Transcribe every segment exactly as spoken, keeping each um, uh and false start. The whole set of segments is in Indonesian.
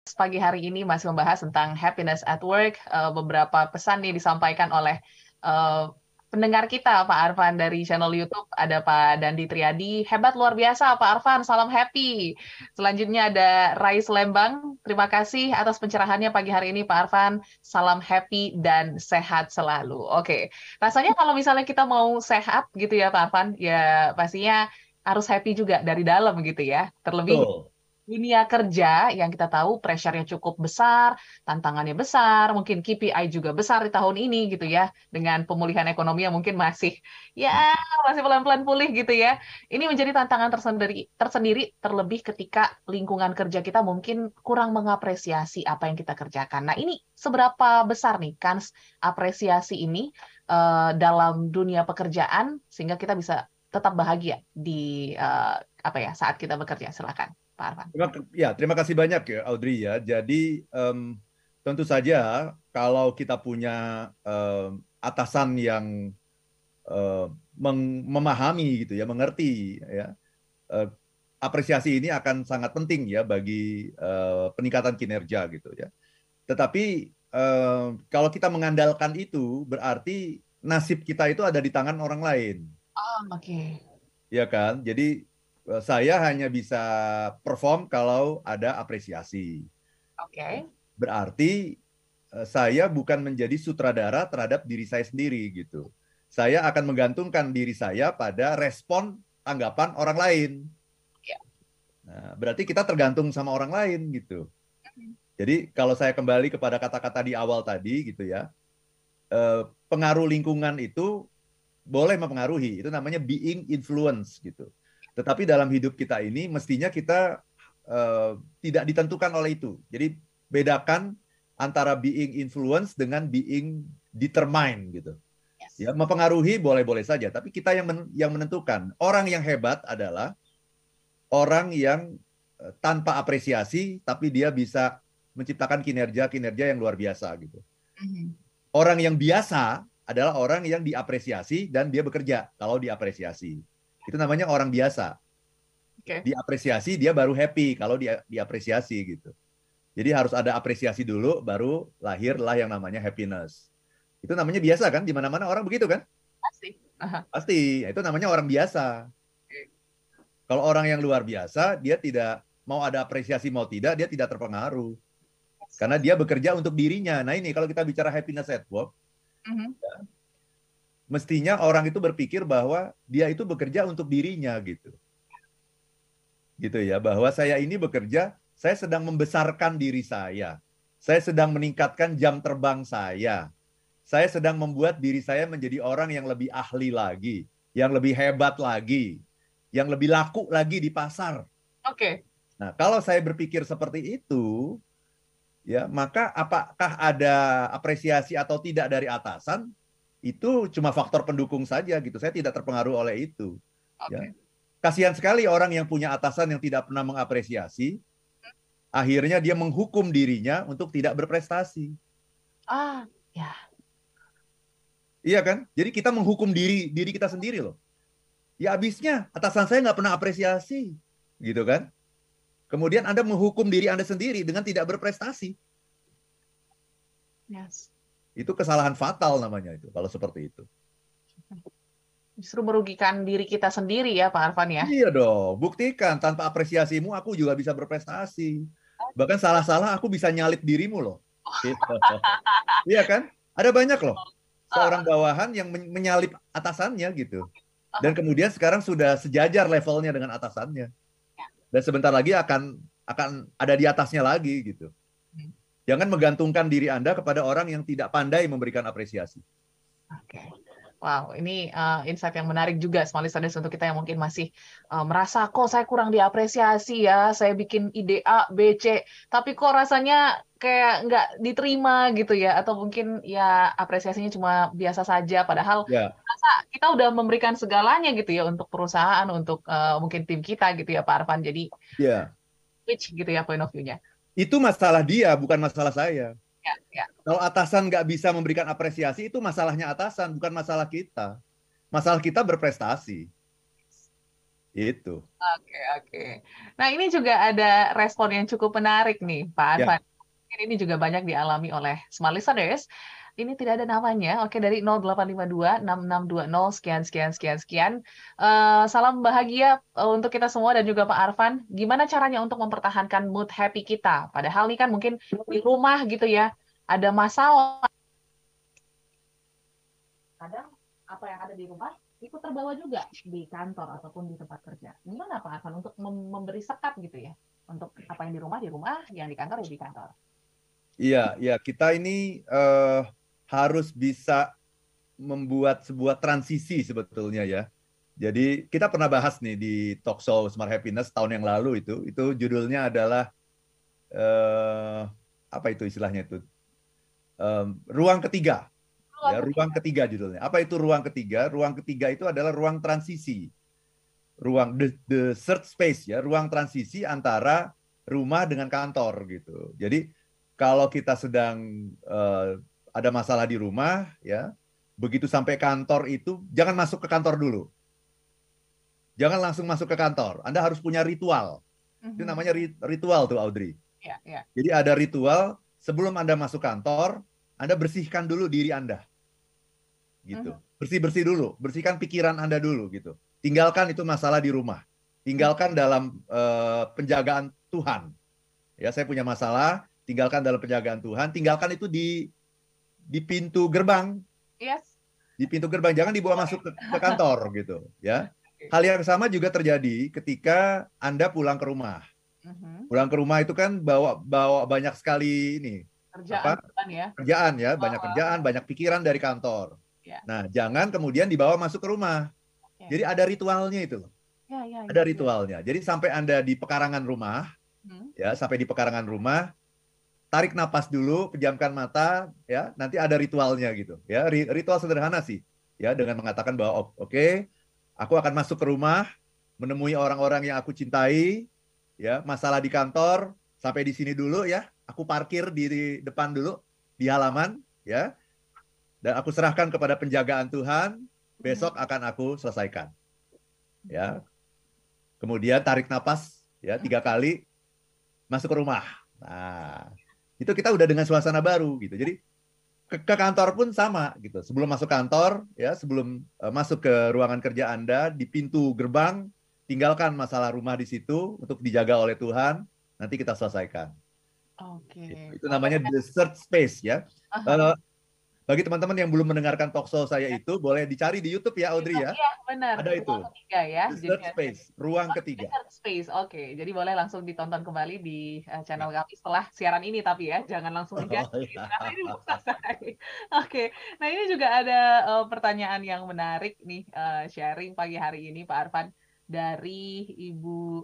Pagi hari ini masih membahas tentang happiness at work. Eh, beberapa pesan nih disampaikan oleh eh, pendengar kita, Pak Arfan dari channel YouTube. Ada Pak Dandi Triadi. Hebat luar biasa, Pak Arfan. Salam happy. Selanjutnya ada Rais Lembang. Terima kasih atas pencerahannya pagi hari ini, Pak Arfan. Salam happy dan sehat selalu. Oke, rasanya kalau misalnya kita mau sehat gitu ya, Pak Arfan, ya pastinya harus happy juga dari dalam gitu ya. Terlebih Betul. dunia kerja yang kita tahu pressure-nya cukup besar, tantangannya besar, mungkin K P I juga besar di tahun ini gitu ya, dengan pemulihan ekonomi yang mungkin masih ya masih pelan-pelan pulih gitu ya. Ini menjadi tantangan tersendiri tersendiri terlebih ketika lingkungan kerja kita mungkin kurang mengapresiasi apa yang kita kerjakan. Nah, ini seberapa besar nih kans apresiasi ini eh, dalam dunia pekerjaan sehingga kita bisa tetap bahagia di eh, apa ya saat kita bekerja. Silakan, Pak Arfan. Terima, ya, terima kasih banyak ya Audrey ya. Jadi em, tentu saja kalau kita punya em, atasan yang em, meng- memahami gitu ya, mengerti ya, eh, apresiasi ini akan sangat penting ya bagi eh, peningkatan kinerja gitu ya. Tetapi em, kalau kita mengandalkan itu berarti nasib kita itu ada di tangan orang lain, Oh, oke. ya kan? Jadi eh, saya hanya bisa perform kalau ada apresiasi. Oke. Berarti eh, saya bukan menjadi sutradara terhadap diri saya sendiri gitu. Saya akan menggantungkan diri saya pada respon tanggapan orang lain. Ya. Nah, berarti kita tergantung sama orang lain gitu. Jadi kalau saya kembali kepada kata-kata di awal tadi gitu ya, eh, pengaruh lingkungan itu boleh mempengaruhi. Itu namanya being influence gitu. Tetapi dalam hidup kita ini mestinya kita eh, tidak ditentukan oleh itu. Jadi bedakan antara being influence dengan being determined gitu. Yes. Ya, mempengaruhi boleh-boleh saja, tapi kita yang men yang menentukan. Orang yang hebat adalah orang yang eh, tanpa apresiasi tapi dia bisa menciptakan kinerja-kinerja yang luar biasa gitu. Mhm. Orang yang biasa adalah orang yang diapresiasi dan dia bekerja kalau diapresiasi. Itu namanya orang biasa. Oke. Diapresiasi dia baru happy kalau dia diapresiasi gitu. Jadi harus ada apresiasi dulu baru lahirlah yang namanya happiness. Itu namanya biasa kan? Di mana-mana orang begitu kan? Pasti. Aha. Pasti. Itu namanya orang biasa. Oke. Kalau orang yang luar biasa, dia tidak mau ada apresiasi mau tidak, dia tidak terpengaruh. Yes. Karena dia bekerja untuk dirinya. Nah ini kalau kita bicara happiness at work, Mhm. mestinya orang itu berpikir bahwa dia itu bekerja untuk dirinya gitu. Gitu ya, bahwa saya ini bekerja, saya sedang membesarkan diri saya. Saya sedang meningkatkan jam terbang saya. Saya sedang membuat diri saya menjadi orang yang lebih ahli lagi, yang lebih hebat lagi, yang lebih laku lagi di pasar. Oke. Nah, kalau saya berpikir seperti itu, ya, maka apakah ada apresiasi atau tidak dari atasan? Itu cuma faktor pendukung saja gitu. Saya tidak terpengaruh oleh itu, ya. Oke. Kasihan sekali orang yang punya atasan yang tidak pernah mengapresiasi, akhirnya dia menghukum dirinya untuk tidak berprestasi. Ah, ya. Iya kan? Jadi kita menghukum diri diri kita sendiri loh. Ya habisnya atasan saya nggak pernah apresiasi, gitu kan? Kemudian Anda menghukum diri Anda sendiri dengan tidak berprestasi. Yes. Itu kesalahan fatal namanya itu kalau seperti itu. Justru merugikan diri kita sendiri ya, Pak Arfan ya. Iya dong, buktikan tanpa apresiasimu aku juga bisa berprestasi. Bahkan salah-salah aku bisa nyalip dirimu loh. Gitu. Iya kan? Ada banyak loh seorang Ah, bawahan yang menyalip atasannya gitu. Dan ah, kemudian sekarang sudah sejajar levelnya dengan atasannya. ya. Dan sebentar lagi akan akan ada di atasnya lagi gitu. Hmm. Jangan menggantungkan diri Anda kepada orang yang tidak pandai memberikan apresiasi. Oke. Wow, ini uh, insight yang menarik juga, small listeners, untuk kita yang mungkin masih uh, merasa, kok saya kurang diapresiasi ya, saya bikin ide A, B, C, tapi kok rasanya kayak nggak diterima gitu ya, atau mungkin ya apresiasinya cuma biasa saja, padahal Ya, rasa kita udah memberikan segalanya gitu ya untuk perusahaan, untuk uh, mungkin tim kita gitu ya, Pak Arfan. Jadi, ya. switch gitu ya point of view-nya. Itu masalah dia, bukan masalah saya. Ya, ya. Kalau atasan nggak bisa memberikan apresiasi, itu masalahnya atasan, bukan masalah kita. Masalah kita berprestasi. Itu. Oke, oke. Nah, ini juga ada respon yang cukup menarik nih, Pak Ya, Arfan. Mungkin ini juga banyak dialami oleh smart listeners. Ini tidak ada namanya. Oke, dari nol delapan lima dua enam enam dua nol sekian sekian sekian sekian. Eh, salam bahagia eh, untuk kita semua dan juga Pak Arfan. Gimana caranya untuk mempertahankan mood happy kita? Padahal nih kan mungkin di rumah gitu ya, ada masalah. Kadang apa yang ada di rumah ikut terbawa juga di kantor ataupun di tempat kerja. Gimana Pak Arfan untuk mem- memberi sekat gitu ya? Untuk apa yang di rumah di rumah, yang di kantor ya di kantor. iya, iya. Kita ini eh, harus bisa membuat sebuah transisi sebetulnya ya. Jadi kita pernah bahas nih di talk show Smart Happiness tahun yang lalu itu. Itu judulnya adalah eh, apa itu istilahnya itu? Em, ruang ketiga. Ya, Ruang ruang ketiga judulnya. Apa itu ruang ketiga? Ruang ketiga itu adalah ruang transisi. Ruang the, the third space ya, ruang transisi antara rumah dengan kantor gitu. Jadi kalau kita sedang uh, ada masalah di rumah ya, begitu sampai kantor itu jangan masuk ke kantor dulu. Jangan langsung masuk ke kantor. Anda harus punya ritual. Itu Mhm. namanya ritual tuh Audrey. Ya, ya. Jadi ada ritual sebelum Anda masuk kantor, Anda bersihkan dulu diri Anda gitu. Mhm. Bersih-bersih dulu, bersihkan pikiran Anda dulu gitu. Tinggalkan itu masalah di rumah. Tinggalkan dalam uh, penjagaan Tuhan. Ya, saya punya masalah, tinggalkan dalam penjagaan Tuhan, tinggalkan itu di di pintu gerbang, Yes. di pintu gerbang, jangan dibawa masuk ke, ke kantor gitu, ya. Oke. Hal yang sama juga terjadi ketika Anda pulang ke rumah. Mhm. Pulang ke rumah itu kan bawa bawa banyak sekali ini Kerjaan apa bukan ya? kerjaan ya, Oh, banyak oh. kerjaan, banyak pikiran dari kantor. Ya, Nah, jangan kemudian dibawa masuk ke rumah. ya, Jadi ada ritualnya itu loh. ya, ya, Ada ya. ritualnya. Jadi sampai Anda di pekarangan rumah, Mhm. ya, sampai di pekarangan rumah, tarik napas dulu, pejamkan mata, ya, nanti ada ritualnya gitu. Ya, ritual sederhana sih. Ya, dengan mengatakan bahwa oke, okay, aku akan masuk ke rumah, menemui orang-orang yang aku cintai, ya, masalah di kantor, sampai di sini dulu ya, aku parkir di depan dulu, di halaman, ya, dan aku serahkan kepada penjagaan Tuhan, Mhm. besok akan aku selesaikan. Ya, kemudian tarik napas ya Mhm. tiga kali, masuk ke rumah. Nah, itu kita udah dengan suasana baru gitu. Jadi ke, ke kantor pun sama gitu. Sebelum masuk kantor ya, sebelum uh, masuk ke ruangan kerja Anda di pintu gerbang, tinggalkan masalah rumah di situ untuk dijaga oleh Tuhan. Nanti kita selesaikan. Oke. Itu, itu Wah, namanya desert space ya. aha. Uh, bagi teman-teman yang belum mendengarkan talk show saya itu, boleh dicari di YouTube ya, Audrey YouTube, ya. iya benar, Ada ruang itu. ketiga ya. Jadi Desert space, ruang oh, ketiga. Desert Space. Oke, jadi boleh langsung ditonton kembali di eh, channel Ya. kami setelah siaran ini tapi ya, jangan langsung Oh, diganti ya. karena ini belum selesai. Oke, nah ini juga ada eh, pertanyaan yang menarik nih eh, sharing pagi hari ini Pak Arfan dari Ibu.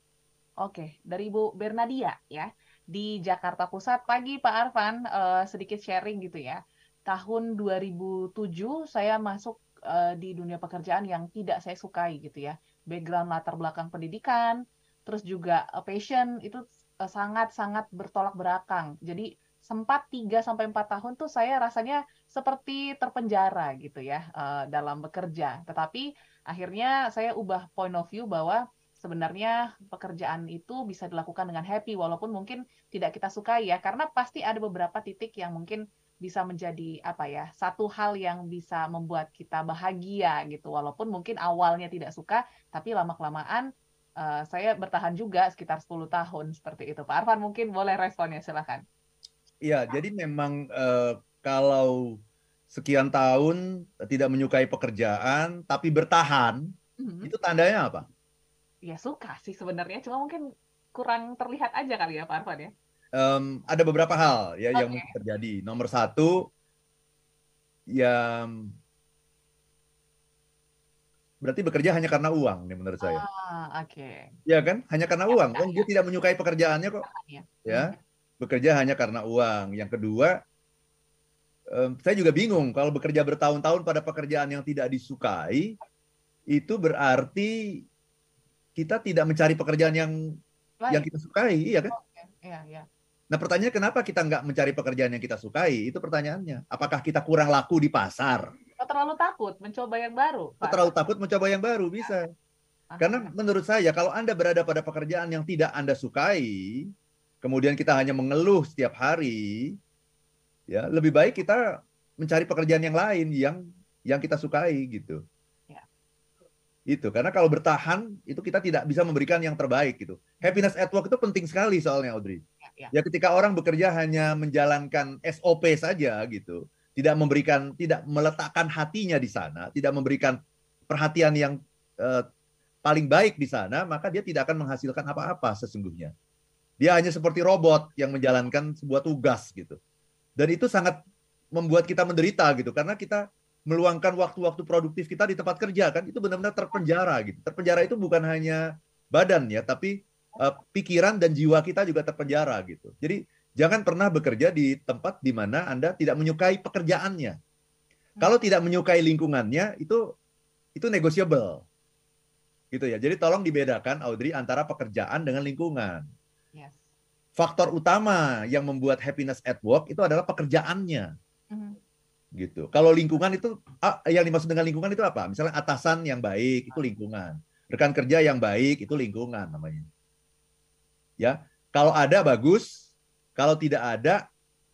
Oke, dari Ibu Bernadia ya. Di Jakarta Pusat pagi Pak Arfan, eh, sedikit sharing gitu ya. Tahun dua ribu tujuh saya masuk eh, di dunia pekerjaan yang tidak saya sukai gitu ya. Background latar belakang pendidikan, terus juga eh, passion itu eh, sangat-sangat bertolak belakang. Jadi sempat tiga sampai empat tahun tuh saya rasanya seperti terpenjara gitu ya eh, dalam bekerja. Tetapi akhirnya saya ubah point of view bahwa sebenarnya pekerjaan itu bisa dilakukan dengan happy walaupun mungkin tidak kita sukai ya karena pasti ada beberapa titik yang mungkin bisa menjadi apa ya satu hal yang bisa membuat kita bahagia gitu walaupun mungkin awalnya tidak suka tapi lama kelamaan uh, saya bertahan juga sekitar sepuluh tahun seperti itu Pak Arfan mungkin boleh responnya silakan. Iya, jadi memang eh, kalau sekian tahun tidak menyukai pekerjaan tapi bertahan, Mhm. itu tandanya apa? Ya suka sih sebenarnya cuma mungkin kurang terlihat aja kali ya Pak Arfan ya. Em, ada beberapa hal ya yang Oke. mungkin terjadi. Nomor satu, yang berarti bekerja hanya karena uang nih menurut saya. Ah, oke. Ya kan? Hanya karena Ya, uang. ya, Oh, dia ya, tidak menyukai pekerjaannya kok. ya. Ya, Mhm. bekerja hanya karena uang. Yang kedua, em, saya juga bingung kalau bekerja bertahun-tahun pada pekerjaan yang tidak disukai, itu berarti kita tidak mencari pekerjaan yang yang Lain. kita sukai, iya kan? Oke. Iya, iya. Nah, pertanyaannya kenapa kita nggak mencari pekerjaan yang kita sukai? Itu pertanyaannya. Apakah kita kurang laku di pasar? Oh, terlalu takut mencoba yang baru, Atau Pak terlalu Arfan. takut mencoba yang baru? Bisa. Karena Aha. menurut saya kalau Anda berada pada pekerjaan yang tidak Anda sukai, kemudian kita hanya mengeluh setiap hari, ya lebih baik kita mencari pekerjaan yang lain yang yang kita sukai gitu. Ya. Itu karena kalau bertahan itu kita tidak bisa memberikan yang terbaik gitu. Happiness at work itu penting sekali soalnya, Audrey. Ya, ya. Ya ketika orang bekerja hanya menjalankan S O P saja gitu, tidak memberikan, tidak meletakkan hatinya di sana, tidak memberikan perhatian yang eh, paling baik di sana, maka dia tidak akan menghasilkan apa-apa sesungguhnya. Dia hanya seperti robot yang menjalankan sebuah tugas gitu. Dan itu sangat membuat kita menderita gitu, karena kita meluangkan waktu-waktu produktif kita di tempat kerja kan, itu benar-benar terpenjara gitu. Terpenjara itu bukan hanya badan ya, tapi uh, pikiran dan jiwa kita juga terpenjara gitu. Jadi jangan pernah bekerja di tempat di mana Anda tidak menyukai pekerjaannya. Kalau tidak menyukai lingkungannya, itu itu negotiable. Gitu ya. Jadi tolong dibedakan, Audrey, antara pekerjaan dengan lingkungan. Yes. Faktor utama yang membuat happiness at work itu adalah pekerjaannya. Mhm. Gitu. Kalau lingkungan itu, yang dimaksud dengan lingkungan itu apa? Misalnya atasan yang baik itu lingkungan, rekan kerja yang baik itu lingkungan namanya. Ya, kalau ada bagus, kalau tidak ada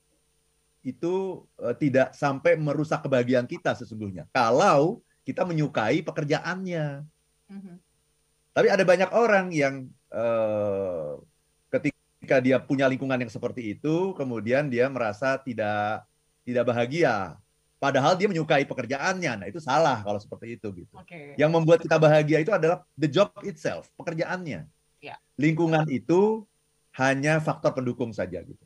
itu uh, tidak sampai merusak kebahagiaan kita sesungguhnya. Kalau kita menyukai pekerjaannya. Mhm. Tapi ada banyak orang yang uh, ketika dia punya lingkungan yang seperti itu, kemudian dia merasa tidak tidak bahagia. Padahal dia menyukai pekerjaannya. Nah, itu salah kalau seperti itu gitu. Okay. Yang membuat kita bahagia itu adalah the job itself, pekerjaannya. Ya. Lingkungan itu hanya faktor pendukung saja gitu.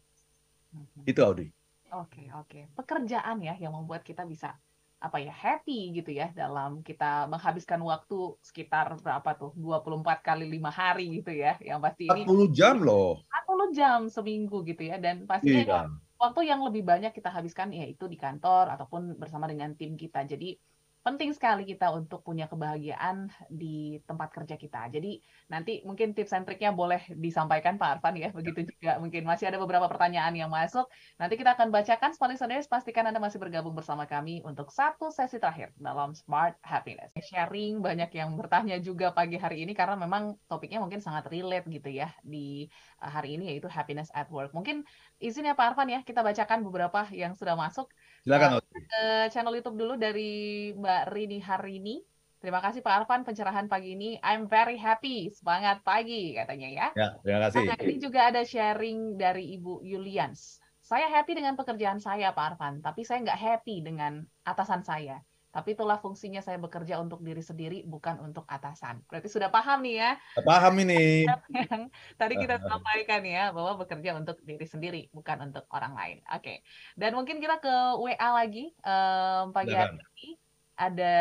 Mhm. Itu, Audrey. Oke, okay, oke. Okay. Pekerjaan ya yang membuat kita bisa apa ya, happy gitu ya dalam kita menghabiskan waktu sekitar berapa tuh? dua puluh empat kali lima hari gitu ya. Yang pasti ini empat puluh jam loh. empat puluh jam seminggu gitu ya, dan pastinya Iya. waktu yang lebih banyak kita habiskan yaitu di kantor ataupun bersama dengan tim kita. Jadi penting sekali kita untuk punya kebahagiaan di tempat kerja kita. Jadi nanti mungkin tips and triknya boleh disampaikan Pak Arfan ya. Begitu juga mungkin masih ada beberapa pertanyaan yang masuk. Nanti kita akan bacakan. Smart Listeners, pastikan Anda masih bergabung bersama kami untuk satu sesi terakhir dalam Smart Happiness. Sharing banyak yang bertanya juga pagi hari ini karena memang topiknya mungkin sangat relate gitu ya di hari ini, yaitu happiness at work. Mungkin izin ya Pak Arfan ya, kita bacakan beberapa yang sudah masuk. Silakan, Audrey. Ke channel YouTube dulu dari Mbak Rini Harini. Terima kasih Pak Arfan pencerahan pagi ini. I'm very happy. Semangat pagi katanya ya. Ya, terima kasih. Nah, ini juga ada sharing dari Ibu Yulians. Saya happy dengan pekerjaan saya Pak Arfan, tapi saya nggak happy dengan atasan saya. Tapi itulah fungsinya saya bekerja untuk diri sendiri, bukan untuk atasan. Berarti sudah paham nih ya. Paham ini. Yang tadi kita sampaikan ya, bahwa bekerja untuk diri sendiri, bukan untuk orang lain. Oke. Okay. Dan mungkin kita ke W A lagi. Um, pagi hari ini ada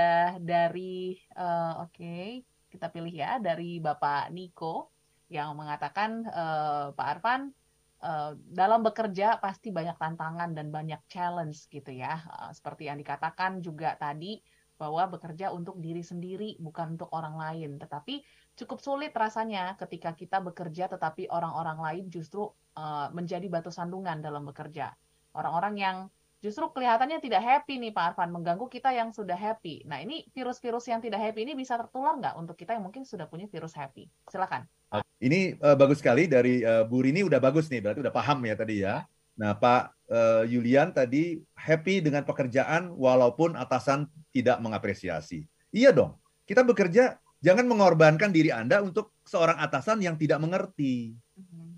dari, uh, oke, okay, kita pilih ya, dari Bapak Niko yang mengatakan, uh, Pak Arfan, Uh, dalam bekerja pasti banyak tantangan dan banyak challenge gitu ya. Uh, seperti yang dikatakan juga tadi, bahwa bekerja untuk diri sendiri bukan untuk orang lain. Tetapi cukup sulit rasanya ketika kita bekerja tetapi orang-orang lain justru uh, menjadi batu sandungan dalam bekerja. Orang-orang yang justru kelihatannya tidak happy nih Pak Arfan, mengganggu kita yang sudah happy. Nah ini virus-virus yang tidak happy ini bisa tertular nggak untuk kita yang mungkin sudah punya virus happy? Silakan. Ini uh, bagus sekali dari uh, Bu Rini, udah bagus nih, berarti udah paham ya tadi ya. Nah Pak uh, Yulian tadi happy dengan pekerjaan walaupun atasan tidak mengapresiasi. Iya dong, kita bekerja jangan mengorbankan diri Anda untuk seorang atasan yang tidak mengerti. Mm-hmm.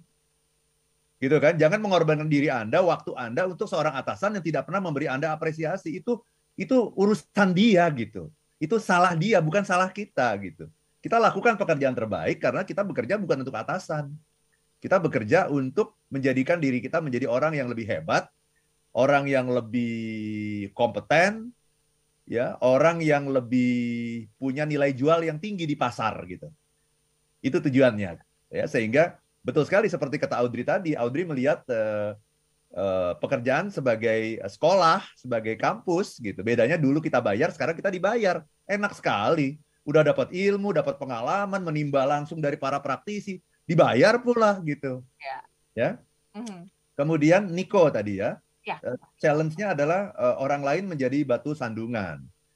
Gitu kan, jangan mengorbankan diri Anda, waktu Anda untuk seorang atasan yang tidak pernah memberi Anda apresiasi. Itu itu urusan dia gitu. Itu salah dia, bukan salah kita gitu. Kita lakukan pekerjaan terbaik karena kita bekerja bukan untuk atasan. Kita bekerja untuk menjadikan diri kita menjadi orang yang lebih hebat, orang yang lebih kompeten, ya, orang yang lebih punya nilai jual yang tinggi di pasar gitu. Itu tujuannya. Ya, sehingga betul sekali seperti kata Audrey tadi, Audrey melihat uh, uh, pekerjaan sebagai sekolah, sebagai kampus gitu. Bedanya dulu kita bayar, sekarang kita dibayar. Enak sekali. Udah dapat ilmu, dapat pengalaman, menimba langsung dari para praktisi, dibayar pula gitu. Ya. Ya. Mm-hmm. Kemudian Niko tadi ya, ya. Uh, challenge-nya adalah uh, orang lain menjadi batu sandungan.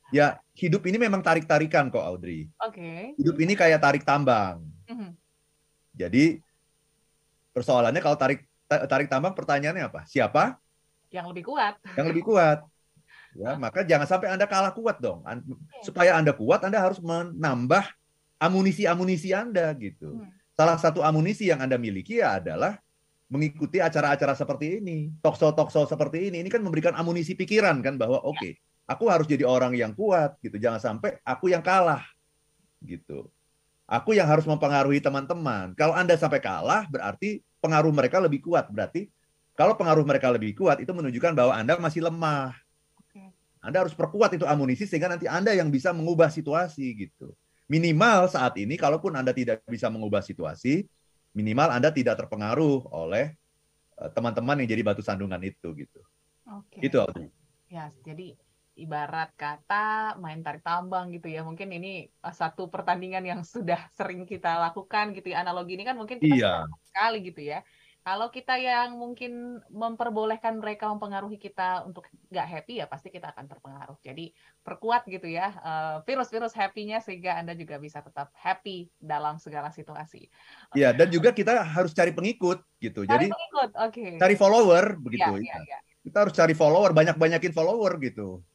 Ya, hidup ini memang tarik-tarikan kok, Audrey. Oke. Okay. Hidup ini kayak tarik tambang. Mm-hmm. Jadi persoalannya kalau tarik tarik tambang, pertanyaannya apa? Siapa? Yang lebih kuat. Yang lebih kuat. Ya, maka jangan sampai Anda kalah kuat dong. Supaya Anda kuat, Anda harus menambah amunisi-amunisi Anda gitu. Hmm. Salah satu amunisi yang Anda miliki ya adalah mengikuti acara-acara seperti ini, talkshow-talkshow seperti ini. Ini kan memberikan amunisi pikiran kan bahwa oke, okay, aku harus jadi orang yang kuat gitu. Jangan sampai aku yang kalah gitu. Aku yang harus mempengaruhi teman-teman. Kalau Anda sampai kalah, berarti pengaruh mereka lebih kuat. Berarti kalau pengaruh mereka lebih kuat, itu menunjukkan bahwa Anda masih lemah. Anda harus perkuat itu amunisi sehingga nanti Anda yang bisa mengubah situasi gitu. Minimal saat ini, kalaupun Anda tidak bisa mengubah situasi, minimal Anda tidak terpengaruh oleh teman-teman yang jadi batu sandungan itu gitu. Oke. Gitu, Audrey. Ya, jadi ibarat kata main tarik tambang gitu ya. Mungkin ini satu pertandingan yang sudah sering kita lakukan gitu ya. Analogi ini kan mungkin kita iya. sekali gitu ya. Kalau kita yang mungkin memperbolehkan mereka mempengaruhi kita untuk nggak happy, ya pasti kita akan terpengaruh. Jadi perkuat gitu ya virus-virus happy-nya sehingga Anda juga bisa tetap happy dalam segala situasi. Iya, dan juga kita harus cari pengikut gitu. Cari Jadi pengikut, oke. Okay. Cari follower begitu. Ya, ya, ya. Kita harus cari follower, banyak-banyakin follower gitu.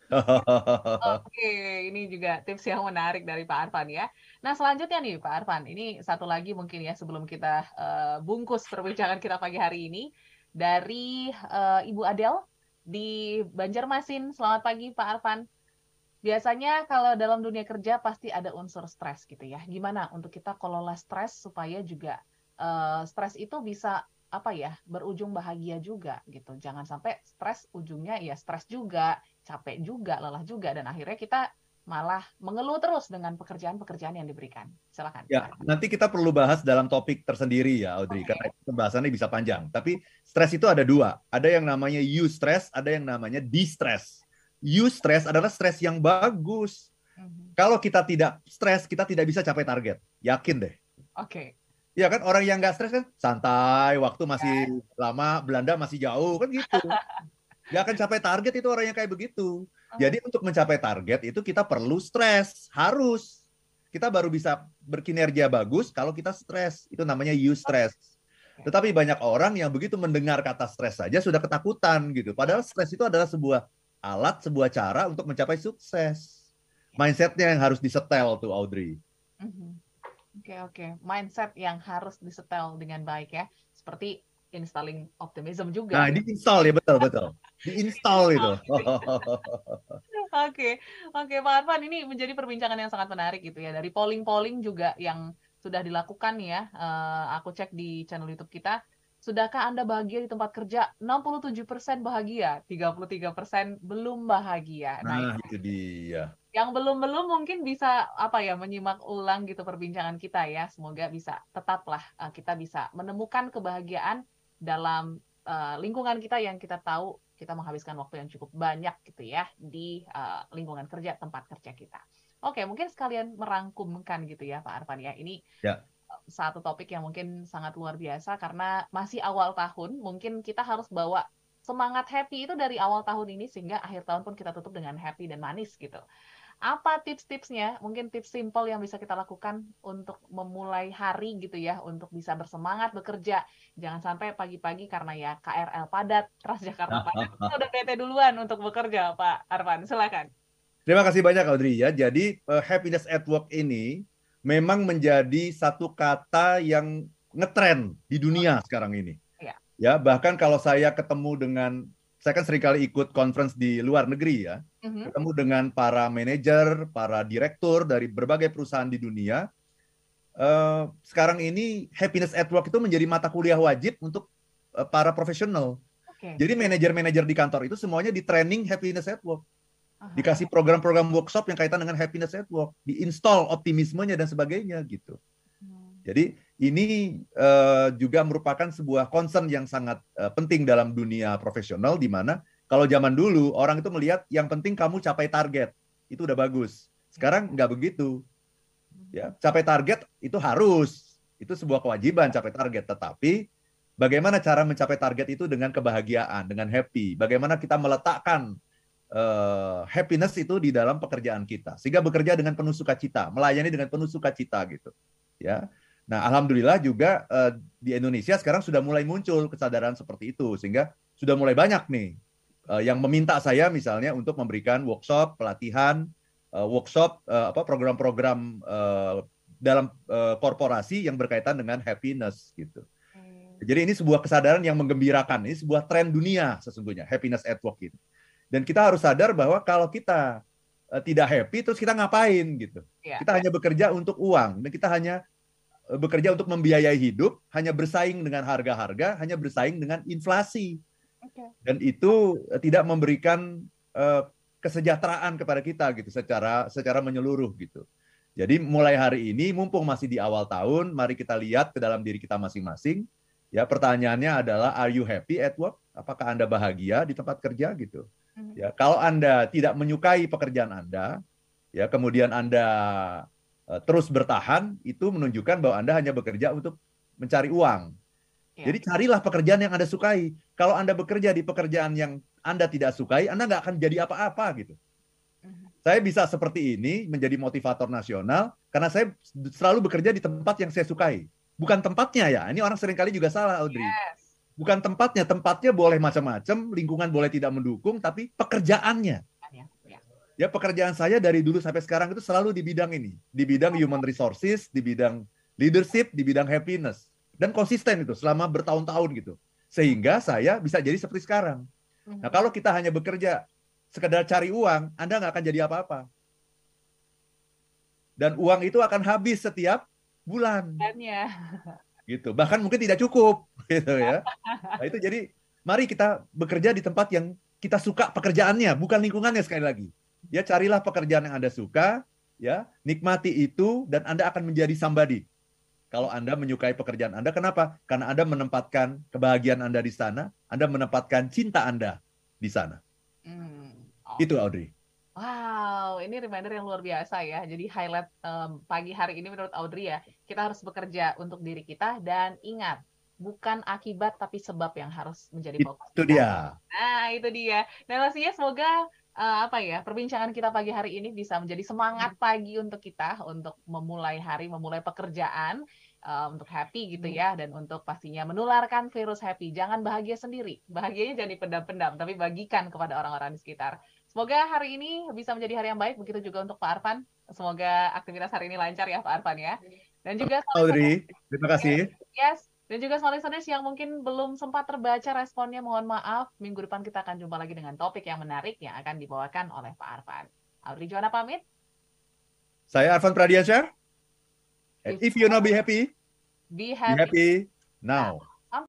Oke, ini juga tips yang menarik dari Pak Arfan ya. Nah, selanjutnya nih Pak Arfan, ini satu lagi mungkin ya sebelum kita uh, bungkus perbincangan kita pagi hari ini dari uh, Ibu Adel di Banjarmasin. Selamat pagi Pak Arfan. Biasanya kalau dalam dunia kerja pasti ada unsur stres gitu ya. Gimana untuk kita kelola stres supaya juga uh, stres itu bisa apa ya berujung bahagia juga gitu. Jangan sampai stres ujungnya ya stres juga, capek juga, lelah juga, dan akhirnya kita malah mengeluh terus dengan pekerjaan-pekerjaan yang diberikan. Silakan. Ya, nanti kita perlu bahas dalam topik tersendiri ya, Audrey, okay. Karena pembahasannya bisa panjang. Tapi stres itu ada dua. Ada yang namanya eustress, ada yang namanya distress. Eustress adalah stres yang bagus. Mm-hmm. Kalau kita tidak stres, kita tidak bisa capai target. Yakin deh. Oke. Okay. Ya kan, orang yang nggak stres kan santai, waktu masih ya. Lama, Belanda masih jauh, kan gitu. Nggak akan capai target itu orang yang kayak begitu. Jadi untuk mencapai target itu kita perlu stres, harus. Kita baru bisa berkinerja bagus kalau kita stres. Itu namanya eustress. Tetapi banyak orang yang begitu mendengar kata stres saja sudah ketakutan gitu. Padahal stres itu adalah sebuah alat, sebuah cara untuk mencapai sukses. Mindsetnya yang harus disetel tuh, Audrey. Oke, oke. Mindset yang harus disetel dengan baik ya. Seperti installing optimism juga. Nah, di-install ya, betul-betul. Di-install itu. Oke, oke Pak Arfan, ini menjadi perbincangan yang sangat menarik gitu ya. Dari polling-polling juga yang sudah dilakukan ya, uh, aku cek di channel YouTube kita, sudahkah Anda bahagia di tempat kerja? enam puluh tujuh persen bahagia, tiga puluh tiga persen belum bahagia. Nah, nah itu dia. Yang belum-belum mungkin bisa apa ya menyimak ulang gitu perbincangan kita ya. Semoga bisa tetaplah uh, kita bisa menemukan kebahagiaan dalam uh, lingkungan kita yang kita tahu kita menghabiskan waktu yang cukup banyak gitu ya di uh, lingkungan kerja, tempat kerja kita. Oke, mungkin sekalian merangkumkan gitu ya Pak Arfan ya. Ini ya. Satu topik yang mungkin sangat luar biasa karena masih awal tahun, mungkin kita harus bawa semangat happy itu dari awal tahun ini sehingga akhir tahun pun kita tutup dengan happy dan manis gitu. Apa tips-tipsnya? Mungkin tips simple yang bisa kita lakukan untuk memulai hari gitu ya, untuk bisa bersemangat bekerja. Jangan sampai pagi-pagi karena ya K R L padat, Transjakarta padat, kita udah bete duluan untuk bekerja, Pak Arfan. Silakan. Terima kasih banyak, Audrey ya. Jadi uh, happiness at work ini memang menjadi satu kata yang ngetren di dunia oh. sekarang ini. Ya. Ya, bahkan kalau saya ketemu dengan saya kan seringkali ikut conference di luar negeri ya, mm-hmm. ketemu dengan para manajer, para direktur dari berbagai perusahaan di dunia. Uh, sekarang ini happiness at work itu menjadi mata kuliah wajib untuk uh, para profesional. Okay. Jadi manajer-manajer di kantor itu semuanya di training happiness at work. Uh-huh. Dikasih program-program workshop yang kaitan dengan happiness at work, diinstal optimismenya dan sebagainya gitu. Uh-huh. Jadi ini uh, juga merupakan sebuah concern yang sangat uh, penting dalam dunia profesional, di mana kalau zaman dulu orang itu melihat yang penting kamu capai target, itu udah bagus. Sekarang nggak begitu. Ya, capai target itu harus, itu sebuah kewajiban capai target. Tetapi bagaimana cara mencapai target itu dengan kebahagiaan, dengan happy? Bagaimana kita meletakkan uh, happiness itu di dalam pekerjaan kita, sehingga bekerja dengan penuh sukacita, melayani dengan penuh sukacita gitu. Ya, nah alhamdulillah juga uh, di Indonesia sekarang sudah mulai muncul kesadaran seperti itu, sehingga sudah mulai banyak nih uh, yang meminta saya misalnya untuk memberikan workshop, pelatihan, uh, workshop, uh, apa program-program uh, dalam uh, korporasi yang berkaitan dengan happiness gitu. Jadi ini sebuah kesadaran yang menggembirakan, ini sebuah tren dunia sesungguhnya, happiness at work ini. Dan kita harus sadar bahwa kalau kita uh, tidak happy, terus kita ngapain gitu. Ya, kita ya. hanya bekerja untuk uang, dan kita hanya uh, bekerja untuk membiayai hidup, hanya bersaing dengan harga-harga, hanya bersaing dengan inflasi. Okay. Dan itu uh, tidak memberikan uh, kesejahteraan kepada kita gitu, secara secara menyeluruh gitu. Jadi mulai hari ini, mumpung masih di awal tahun, mari kita lihat ke dalam diri kita masing-masing. Ya, pertanyaannya adalah, are you happy at work? Apakah Anda bahagia di tempat kerja gitu? Ya, kalau Anda tidak menyukai pekerjaan Anda, ya kemudian Anda uh, terus bertahan, itu menunjukkan bahwa Anda hanya bekerja untuk mencari uang. Ya. Jadi carilah pekerjaan yang Anda sukai. Kalau Anda bekerja di pekerjaan yang Anda tidak sukai, Anda nggak akan jadi apa-apa gitu. Saya bisa seperti ini menjadi motivator nasional karena saya selalu bekerja di tempat yang saya sukai. Bukan tempatnya ya, ini orang seringkali juga salah, Audrey. Yes. Bukan tempatnya, tempatnya boleh macam-macam, lingkungan boleh tidak mendukung, tapi pekerjaannya. Ya, ya. ya pekerjaan saya dari dulu sampai sekarang itu selalu di bidang ini. Di bidang human resources, di bidang leadership, di bidang happiness. Dan konsisten itu selama bertahun-tahun gitu. Sehingga saya bisa jadi seperti sekarang. Nah kalau kita hanya bekerja sekedar cari uang, Anda nggak akan jadi apa-apa. Dan uang itu akan habis setiap bulan. Ya. Gitu. Bahkan mungkin tidak cukup gitu ya. Nah, itu jadi mari kita bekerja di tempat yang kita suka pekerjaannya, bukan lingkungannya sekali lagi. Ya carilah pekerjaan yang Anda suka, ya, nikmati itu dan Anda akan menjadi somebody. Kalau Anda menyukai pekerjaan Anda, kenapa? Karena Anda menempatkan kebahagiaan Anda di sana, Anda menempatkan cinta Anda di sana. Hmm. Oh. Itu Audrey. Wow, ini reminder yang luar biasa ya. Jadi highlight um, pagi hari ini menurut Audrey ya, kita harus bekerja untuk diri kita dan ingat, bukan akibat tapi sebab yang harus menjadi fokus. Itu dia. Nah, itu dia. Dan pastinya semoga uh, apa ya, perbincangan kita pagi hari ini bisa menjadi semangat pagi untuk kita untuk memulai hari, memulai pekerjaan uh, untuk happy gitu ya, dan untuk pastinya menularkan virus happy. Jangan bahagia sendiri. Bahagianya jangan dipendam-pendam, tapi bagikan kepada orang-orang di sekitar. Semoga hari ini bisa menjadi hari yang baik, begitu juga untuk Pak Arfan. Semoga aktivitas hari ini lancar ya Pak Arfan ya. Dan juga Audrey, terima kasih. Yes, dan juga listeners yang mungkin belum sempat terbaca responnya, mohon maaf. Minggu depan kita akan jumpa lagi dengan topik yang menarik yang akan dibawakan oleh Pak Arfan. Audrey Joanna pamit. Saya Arfan Pradiansyah. And if you know be happy, be happy, be happy now.